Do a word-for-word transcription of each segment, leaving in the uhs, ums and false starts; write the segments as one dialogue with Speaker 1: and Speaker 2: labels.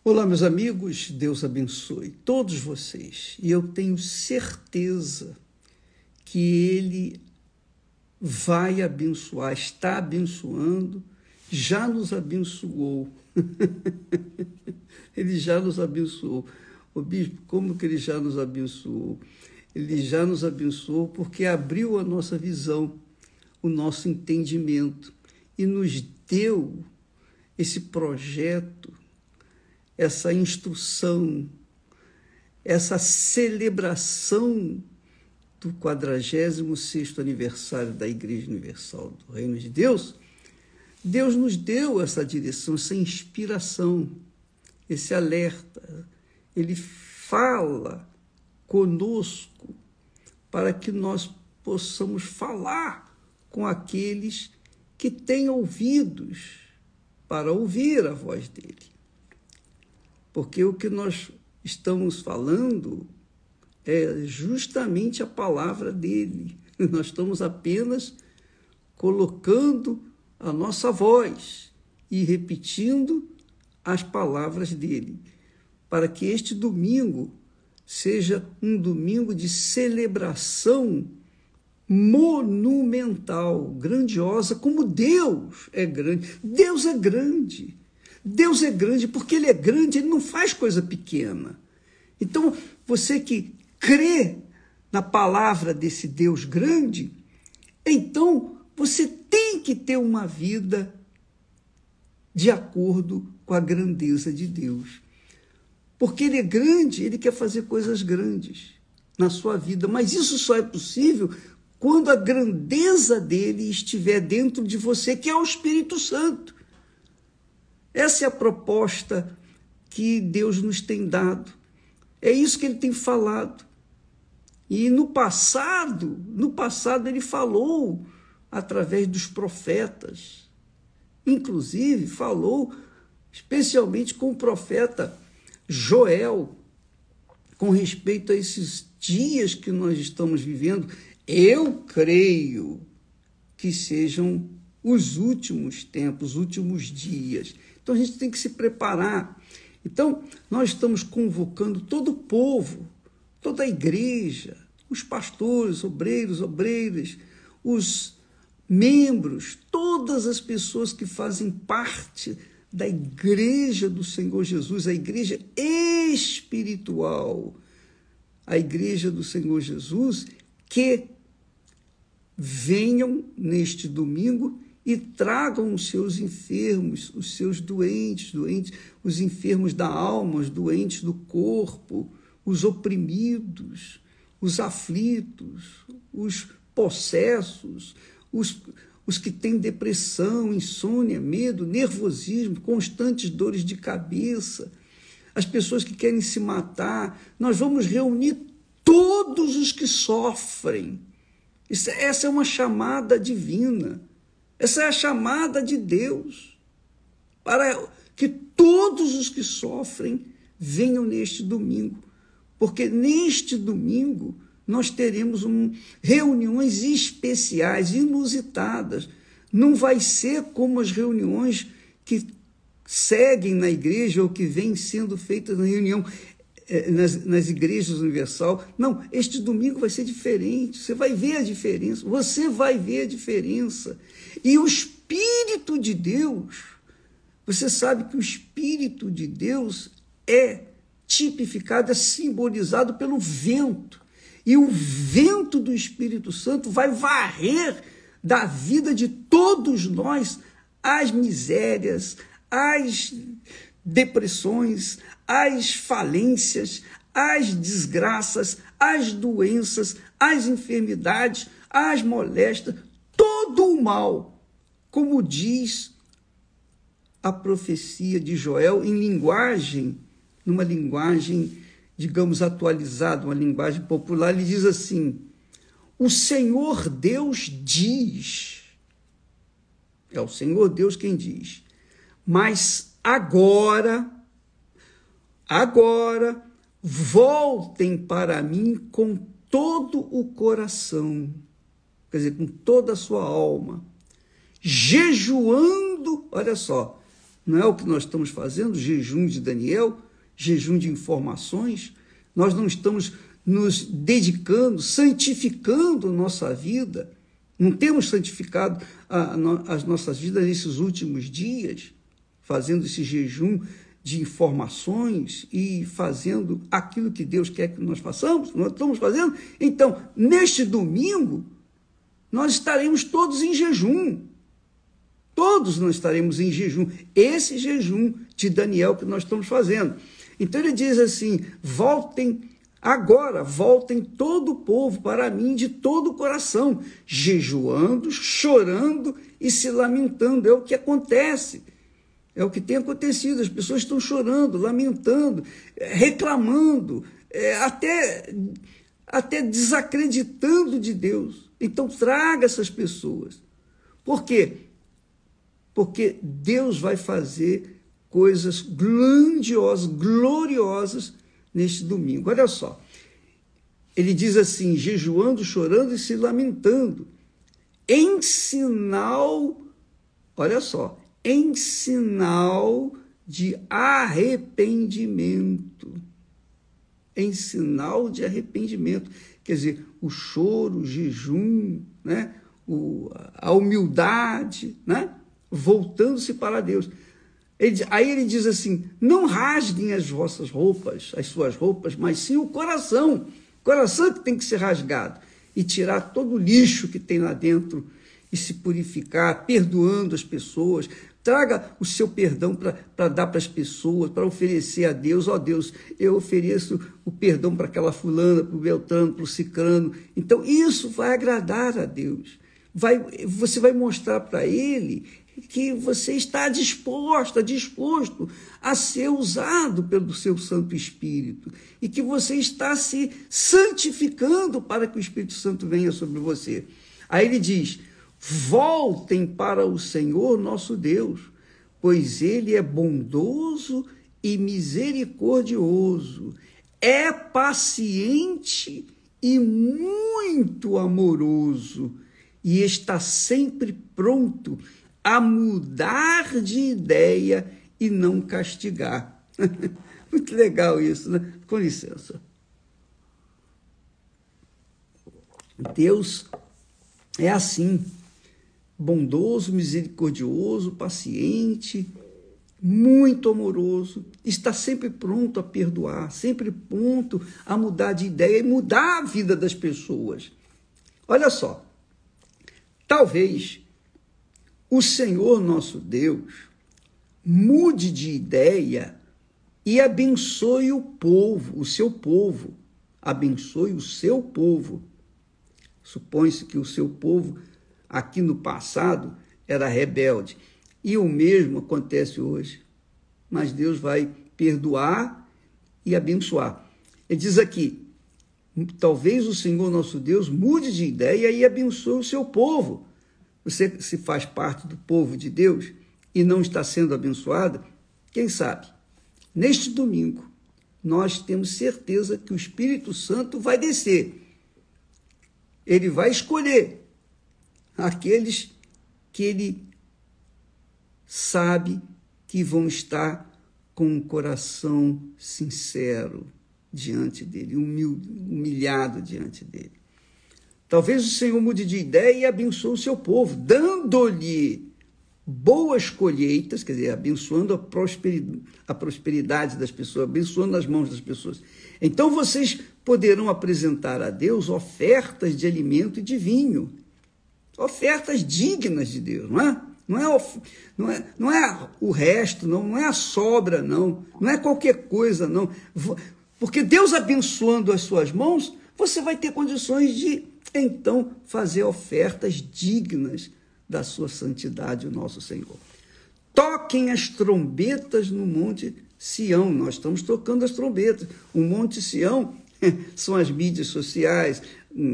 Speaker 1: Olá, meus amigos, Deus abençoe todos vocês. E eu tenho certeza que Ele vai abençoar, está abençoando, já nos abençoou. Ele já nos abençoou. Ô bispo, como que Ele já nos abençoou? Ele já nos abençoou porque abriu a nossa visão, o nosso entendimento e nos deu esse projeto, essa instrução, essa celebração do quadragésimo sexto aniversário da Igreja Universal do Reino de Deus. Deus nos deu essa direção, essa inspiração, esse alerta. Ele fala conosco para que nós possamos falar com aqueles que têm ouvidos para ouvir a voz dele. Porque o que nós estamos falando é justamente a palavra dele. Nós estamos apenas colocando a nossa voz e repetindo as palavras dele, para que este domingo seja um domingo de celebração monumental, grandiosa, como Deus é grande. Deus é grande. Deus é grande porque Ele é grande, Ele não faz coisa pequena. Então, você que crê na palavra desse Deus grande, então você tem que ter uma vida de acordo com a grandeza de Deus. Porque Ele é grande, Ele quer fazer coisas grandes na sua vida, mas isso só é possível quando a grandeza dele estiver dentro de você, que é o Espírito Santo. Essa é a proposta que Deus nos tem dado. É isso que Ele tem falado. E no passado, no passado Ele falou através dos profetas. Inclusive, falou especialmente com o profeta Joel, com respeito a esses dias que nós estamos vivendo. Eu creio que sejam os últimos tempos, os últimos dias. Então, a gente tem que se preparar. Então, nós estamos convocando todo o povo, toda a igreja, os pastores, obreiros, obreiras, os membros, todas as pessoas que fazem parte da igreja do Senhor Jesus, a igreja espiritual, a igreja do Senhor Jesus, que venham neste domingo e tragam os seus enfermos, os seus doentes, doentes, os enfermos da alma, os doentes do corpo, os oprimidos, os aflitos, os possessos, os, os que têm depressão, insônia, medo, nervosismo, constantes dores de cabeça, as pessoas que querem se matar. Nós vamos reunir todos os que sofrem. Isso, essa é uma chamada divina. Essa é a chamada de Deus, para que todos os que sofrem venham neste domingo, porque neste domingo nós teremos um, reuniões especiais, inusitadas. Não vai ser como as reuniões que seguem na igreja ou que vêm sendo feitas na reunião, Nas, nas igrejas universal. Não, este domingo vai ser diferente. Você vai ver a diferença. Você vai ver a diferença. E o Espírito de Deus, você sabe que o Espírito de Deus é tipificado, é simbolizado pelo vento. E o vento do Espírito Santo vai varrer da vida de todos nós as misérias, as depressões, as falências, as desgraças, as doenças, as enfermidades, as moléstias, todo o mal, como diz a profecia de Joel em linguagem, numa linguagem, digamos, atualizada, uma linguagem popular. Ele diz assim: o Senhor Deus diz, é o Senhor Deus quem diz, mas agora, agora, voltem para mim com todo o coração, quer dizer, com toda a sua alma, jejuando, olha só, Não é o que nós estamos fazendo? Jejum de Daniel, jejum de informações. Nós não estamos nos dedicando, santificando nossa vida. Não temos santificado a, a, as nossas vidas nesses últimos dias, fazendo esse jejum de informações e fazendo aquilo que Deus quer que nós façamos. Nós estamos fazendo. Então, neste domingo, nós estaremos todos em jejum. Todos nós estaremos em jejum. Esse jejum de Daniel que nós estamos fazendo. Então ele diz assim, voltem agora, voltem todo o povo para mim de todo o coração, jejuando, chorando e se lamentando. É o que acontece. É o que tem acontecido. As pessoas estão chorando, lamentando, reclamando, é, até, até desacreditando de Deus. Então traga essas pessoas. Por quê? Porque Deus vai fazer coisas grandiosas, gloriosas neste domingo. Olha só, ele diz assim, jejuando, chorando e se lamentando, em sinal, olha só, em sinal de arrependimento. Em sinal de arrependimento. Quer dizer, o choro, o jejum, né? o, a humildade, né? Voltando-se para Deus. Ele, aí ele diz assim, não rasguem as vossas roupas, as suas roupas, mas sim o coração. O coração que tem que ser rasgado e tirar todo o lixo que tem lá dentro e se purificar, perdoando as pessoas. Traga o seu perdão para dar para as pessoas, para oferecer a Deus. Ó Deus, eu ofereço o perdão para aquela fulana, para o Beltrano, para o Cicrano. Então, isso vai agradar a Deus. Vai, você vai mostrar para ele que você está disposta, disposto a ser usado pelo seu Santo Espírito e que você está se santificando para que o Espírito Santo venha sobre você. Aí ele diz, voltem para o Senhor nosso Deus, pois ele é bondoso e misericordioso, é paciente e muito amoroso e está sempre pronto a mudar de ideia e não castigar. Muito legal isso, né? Com licença. Deus é assim, bondoso, misericordioso, paciente, muito amoroso, está sempre pronto a perdoar, sempre pronto a mudar de ideia e mudar a vida das pessoas. Olha só, talvez o Senhor nosso Deus mude de ideia e abençoe o povo, o seu povo. Abençoe o seu povo. Supõe-se que o seu povo, aqui no passado, era rebelde. E o mesmo acontece hoje. Mas Deus vai perdoar e abençoar. Ele diz aqui, talvez o Senhor nosso Deus mude de ideia e abençoe o seu povo. Você se faz parte do povo de Deus e não está sendo abençoada, quem sabe? Neste domingo, nós temos certeza que o Espírito Santo vai descer. Ele vai escolher aqueles que ele sabe que vão estar com um coração sincero diante dele, humilhado diante dele. Talvez o Senhor mude de ideia e abençoe o seu povo, dando-lhe boas colheitas, quer dizer, abençoando a prosperidade, a prosperidade das pessoas, abençoando as mãos das pessoas. Então vocês poderão apresentar a Deus ofertas de alimento e de vinho, ofertas dignas de Deus, não é? Não é, não é, não é o resto, não, não é a sobra, não, não é qualquer coisa, não. Porque Deus abençoando as suas mãos, você vai ter condições de então fazer ofertas dignas da sua santidade, o nosso Senhor. Toquem as trombetas no Monte Sião. Nós estamos tocando as trombetas. O Monte Sião são as mídias sociais,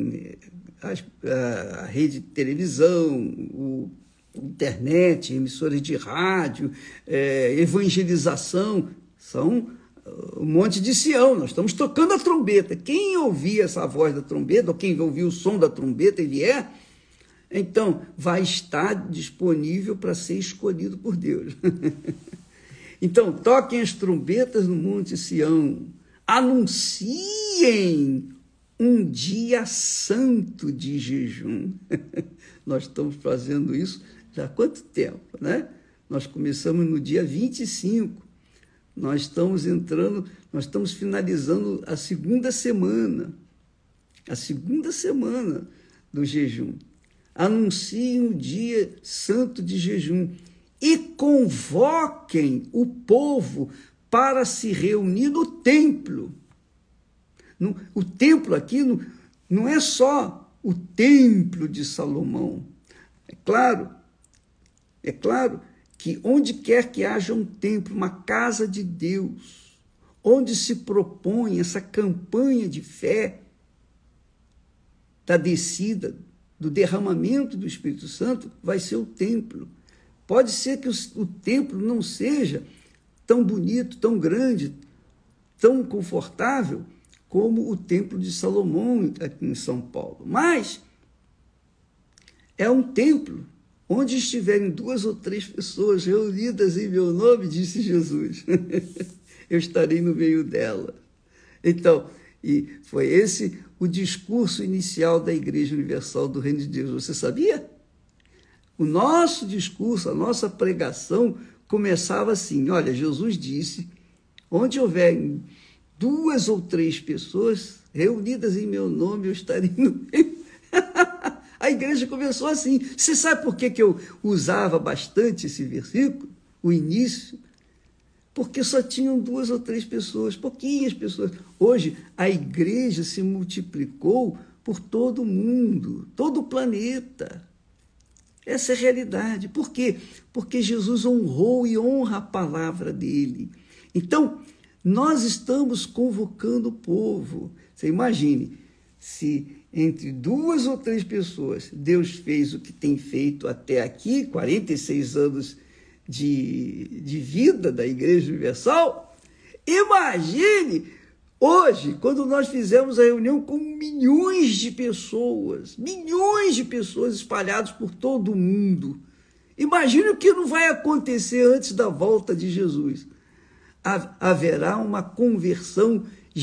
Speaker 1: a rede de televisão, o internet, emissoras de rádio, evangelização, são o Monte de Sião. Nós estamos tocando a trombeta. Quem ouvir essa voz da trombeta, ou quem ouvir o som da trombeta e vier, Então, vai estar disponível para ser escolhido por Deus. Então, toquem as trombetas no Monte Sião, anunciem um dia santo de jejum. Nós estamos fazendo isso já há quanto tempo, né? Nós começamos no dia vinte e cinco, nós estamos entrando, nós estamos finalizando a segunda semana, a segunda semana do jejum. Anunciem o dia santo de jejum e convoquem o povo para se reunir no templo. No, o templo aqui não, não é só o templo de Salomão. É claro, é claro que onde quer que haja um templo, uma casa de Deus, onde se propõe essa campanha de fé da descida, do derramamento do Espírito Santo, vai ser o templo. Pode ser que o, o templo não seja tão bonito, tão grande, tão confortável como o templo de Salomão aqui em São Paulo. Mas é um templo onde estiverem duas ou três pessoas reunidas em meu nome, disse Jesus, eu estarei no meio dela. Então, e foi esse o discurso inicial da Igreja Universal do Reino de Deus. Você sabia? O nosso discurso, a nossa pregação começava assim, olha, Jesus disse, onde houver duas ou três pessoas reunidas em meu nome, eu estarei no meio. A igreja começou assim. Você sabe por que que eu usava bastante esse versículo, o início? Porque só tinham duas ou três pessoas, pouquinhas pessoas. Hoje, a igreja se multiplicou por todo o mundo, todo o planeta. Essa é a realidade. Por quê? Porque Jesus honrou e honra a palavra dele. Então, nós estamos convocando o povo. Você imagine, se entre duas ou três pessoas Deus fez o que tem feito até aqui, quarenta e seis anos de, de vida da Igreja Universal, imagine hoje, quando nós fizemos a reunião com milhões de pessoas, milhões de pessoas espalhadas por todo o mundo. Imagine o que não vai acontecer antes da volta de Jesus. Haverá uma conversão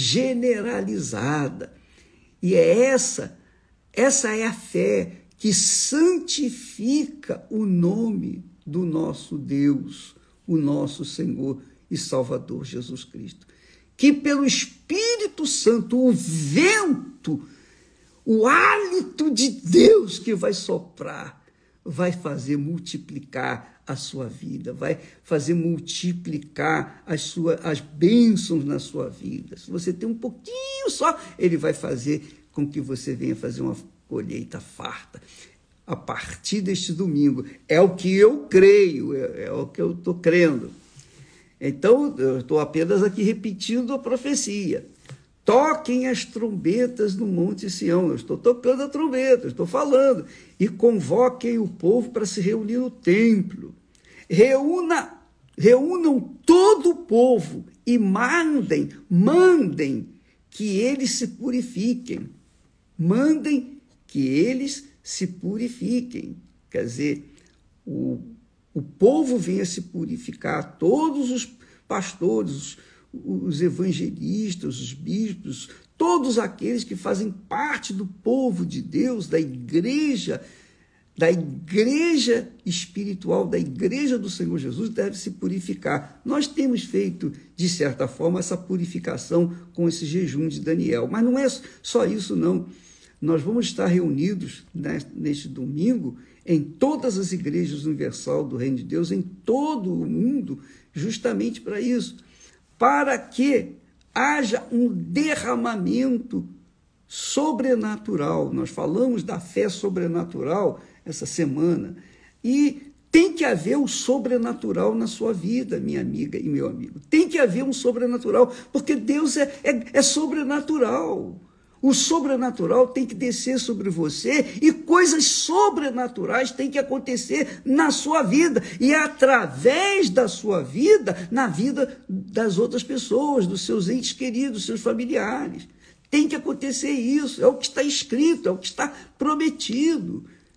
Speaker 1: generalizada. E é essa, essa é a fé que santifica o nome do nosso Deus, o nosso Senhor e Salvador Jesus Cristo. Que pelo Espírito Santo, o vento, o hálito de Deus que vai soprar, vai fazer multiplicar a sua vida, vai fazer multiplicar as, suas, as bênçãos na sua vida. Se você tem um pouquinho só, ele vai fazer com que você venha fazer uma colheita farta. A partir deste domingo, é o que eu creio, é, é o que eu estou crendo. Então, eu estou apenas aqui repetindo a profecia. Toquem as trombetas no Monte Sião. Eu estou tocando a trombeta, eu estou falando. E convoquem o povo para se reunir no templo. Reúna, reúnam todo o povo e mandem, mandem que eles se purifiquem. Mandem que eles se purifiquem. Quer dizer, o, o povo venha se purificar, todos os pastores, os evangelistas, os bispos, todos aqueles que fazem parte do povo de Deus, da igreja, da igreja espiritual, da igreja do Senhor Jesus, deve se purificar. Nós temos feito, de certa forma, essa purificação com esse jejum de Daniel. Mas não é só isso, não. Nós vamos estar reunidos neste domingo em todas as igrejas universal do Reino de Deus, em todo o mundo, justamente para isso. Para que haja um derramamento sobrenatural. Nós falamos da fé sobrenatural essa semana. E tem que haver o sobrenatural na sua vida, minha amiga e meu amigo. Tem que haver um sobrenatural, porque Deus é, é, é sobrenatural. O sobrenatural tem que descer sobre você e coisas sobrenaturais têm que acontecer na sua vida e através da sua vida, na vida das outras pessoas, dos seus entes queridos, dos seus familiares. Tem que acontecer isso, é o que está escrito, é o que está prometido.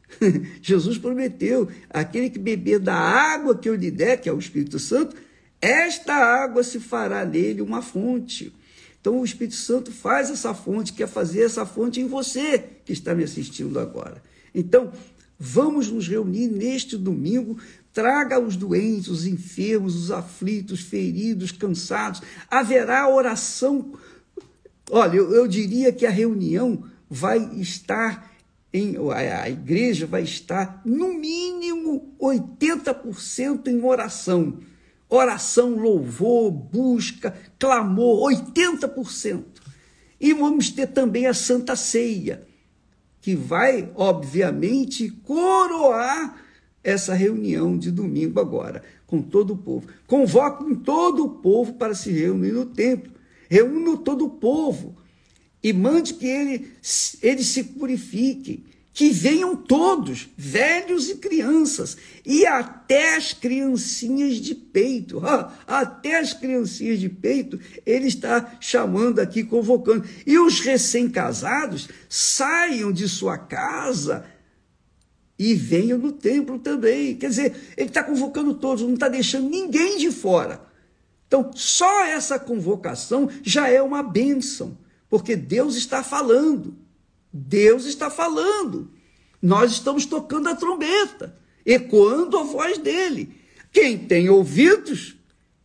Speaker 1: Jesus prometeu, aquele que beber da água que eu lhe der, que é o Espírito Santo, esta água se fará nele uma fonte. Então o Espírito Santo faz essa fonte, quer fazer essa fonte em você que está me assistindo agora. Então, vamos nos reunir neste domingo, traga os doentes, os enfermos, os aflitos, feridos, cansados. Haverá oração. Olha, eu, eu diria que a reunião vai estar, em, a igreja vai estar, no mínimo, oitenta por cento em oração. Oração, louvor, busca, clamor, oitenta por cento. E vamos ter também a Santa Ceia, que vai, obviamente, coroar essa reunião de domingo agora, com todo o povo. Convoco todo o povo para se reunir no templo. Reúna todo o povo e mande que ele, eles se purifiquem, que venham todos, velhos e crianças, e até as criancinhas de peito, ah, até as criancinhas de peito, ele está chamando aqui, convocando. E os recém-casados saiam de sua casa e venham no templo também. Quer dizer, ele está convocando todos, não está deixando ninguém de fora. Então, só essa convocação já é uma bênção, porque Deus está falando. Deus está falando. Nós estamos tocando a trombeta, ecoando a voz dele. Quem tem ouvidos,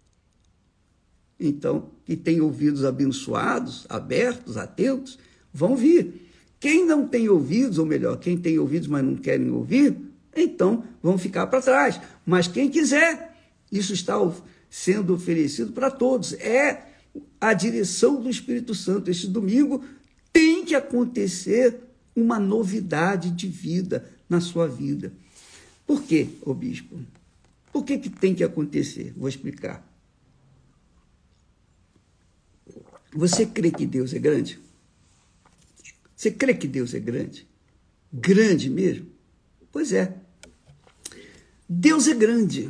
Speaker 1: então, que tem ouvidos abençoados, abertos, atentos, vão vir. Quem não tem ouvidos, ou melhor, quem tem ouvidos, mas não querem ouvir, então vão ficar para trás. Mas quem quiser, isso está sendo oferecido para todos. É a direção do Espírito Santo. Este domingo tem que acontecer uma novidade de vida na sua vida. Por quê, ô bispo? Por que que tem que acontecer? Vou explicar. Você crê que Deus é grande? Você crê que Deus é grande? Grande mesmo? Pois é. Deus é grande.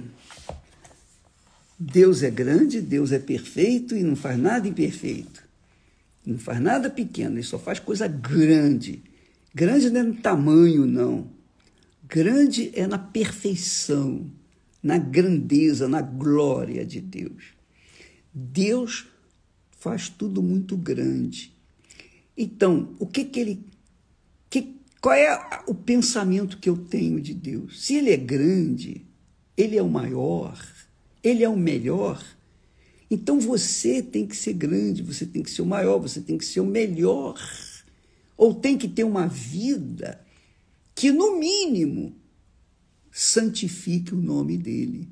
Speaker 1: Deus é grande, Deus é perfeito e não faz nada imperfeito. Não faz nada pequeno, ele só faz coisa grande. Grande não é no tamanho, não. Grande é na perfeição, na grandeza, na glória de Deus. Deus faz tudo muito grande. Então, o que que ele... Que, qual é o pensamento que eu tenho de Deus? Se ele é grande, ele é o maior, ele é o melhor, então você tem que ser grande, você tem que ser o maior, você tem que ser o melhor. Ou tem que ter uma vida que, no mínimo, santifique o nome dele.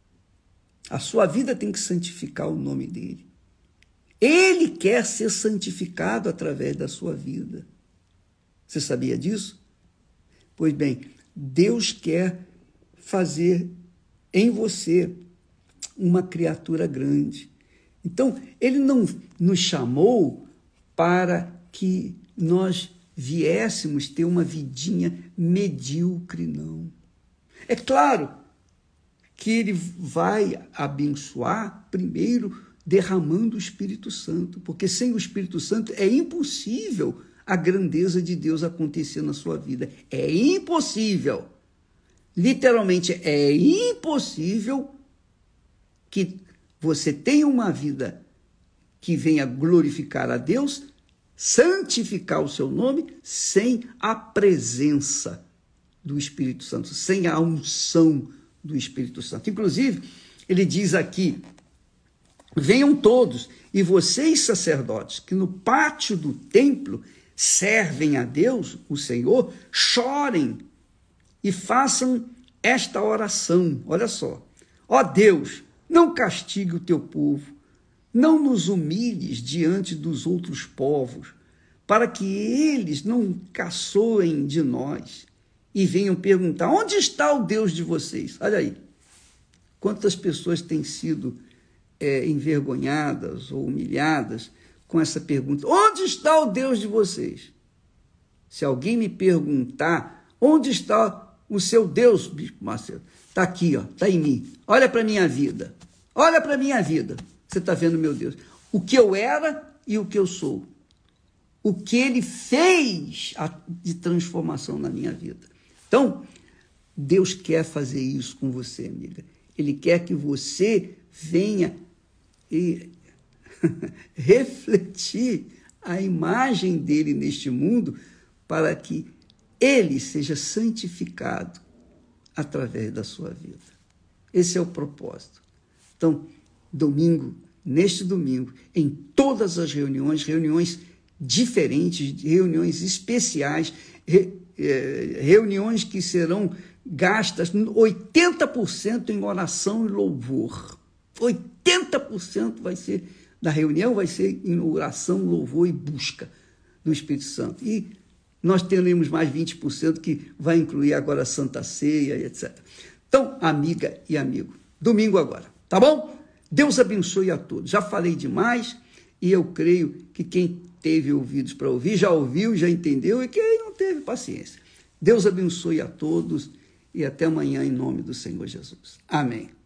Speaker 1: A sua vida tem que santificar o nome dele. Ele quer ser santificado através da sua vida. Você sabia disso? Pois bem, Deus quer fazer em você uma criatura grande. Então, ele não nos chamou para que nós viéssemos ter uma vidinha medíocre, não. É claro que ele vai abençoar primeiro derramando o Espírito Santo, porque sem o Espírito Santo é impossível a grandeza de Deus acontecer na sua vida. É impossível. Literalmente, é impossível que você tenha uma vida que venha glorificar a Deus, santificar o seu nome, sem a presença do Espírito Santo, sem a unção do Espírito Santo. Inclusive, ele diz aqui, venham todos, e vocês, sacerdotes, que no pátio do templo servem a Deus, o Senhor, chorem e façam esta oração. Olha só. Ó Deus, não castigue o teu povo, não nos humilhes diante dos outros povos, para que eles não caçoem de nós e venham perguntar, onde está o Deus de vocês? Olha aí, quantas pessoas têm sido é, envergonhadas ou humilhadas com essa pergunta, onde está o Deus de vocês? Se alguém me perguntar, onde está o seu Deus, Bispo Macedo? Está aqui, está em mim. Olha para a minha vida. Olha para a minha vida. Você está vendo, meu Deus? O que eu era e o que eu sou. O que ele fez de transformação na minha vida. Então, Deus quer fazer isso com você, amiga. Ele quer que você venha e refletir a imagem dele neste mundo para que ele seja santificado através da sua vida. Esse é o propósito. Então, domingo, neste domingo, em todas as reuniões, reuniões diferentes, reuniões especiais, re, eh, reuniões que serão gastas oitenta por cento em oração e louvor. oitenta por cento vai ser da reunião, vai ser em oração, louvor e busca do Espírito Santo. E nós teremos mais vinte por cento que vai incluir agora a Santa Ceia, etcétera. Então, amiga e amigo, domingo agora, tá bom? Deus abençoe a todos. Já falei demais e eu creio que quem teve ouvidos para ouvir, já ouviu, já entendeu, e quem não teve, paciência. Deus abençoe a todos e até amanhã em nome do Senhor Jesus. Amém.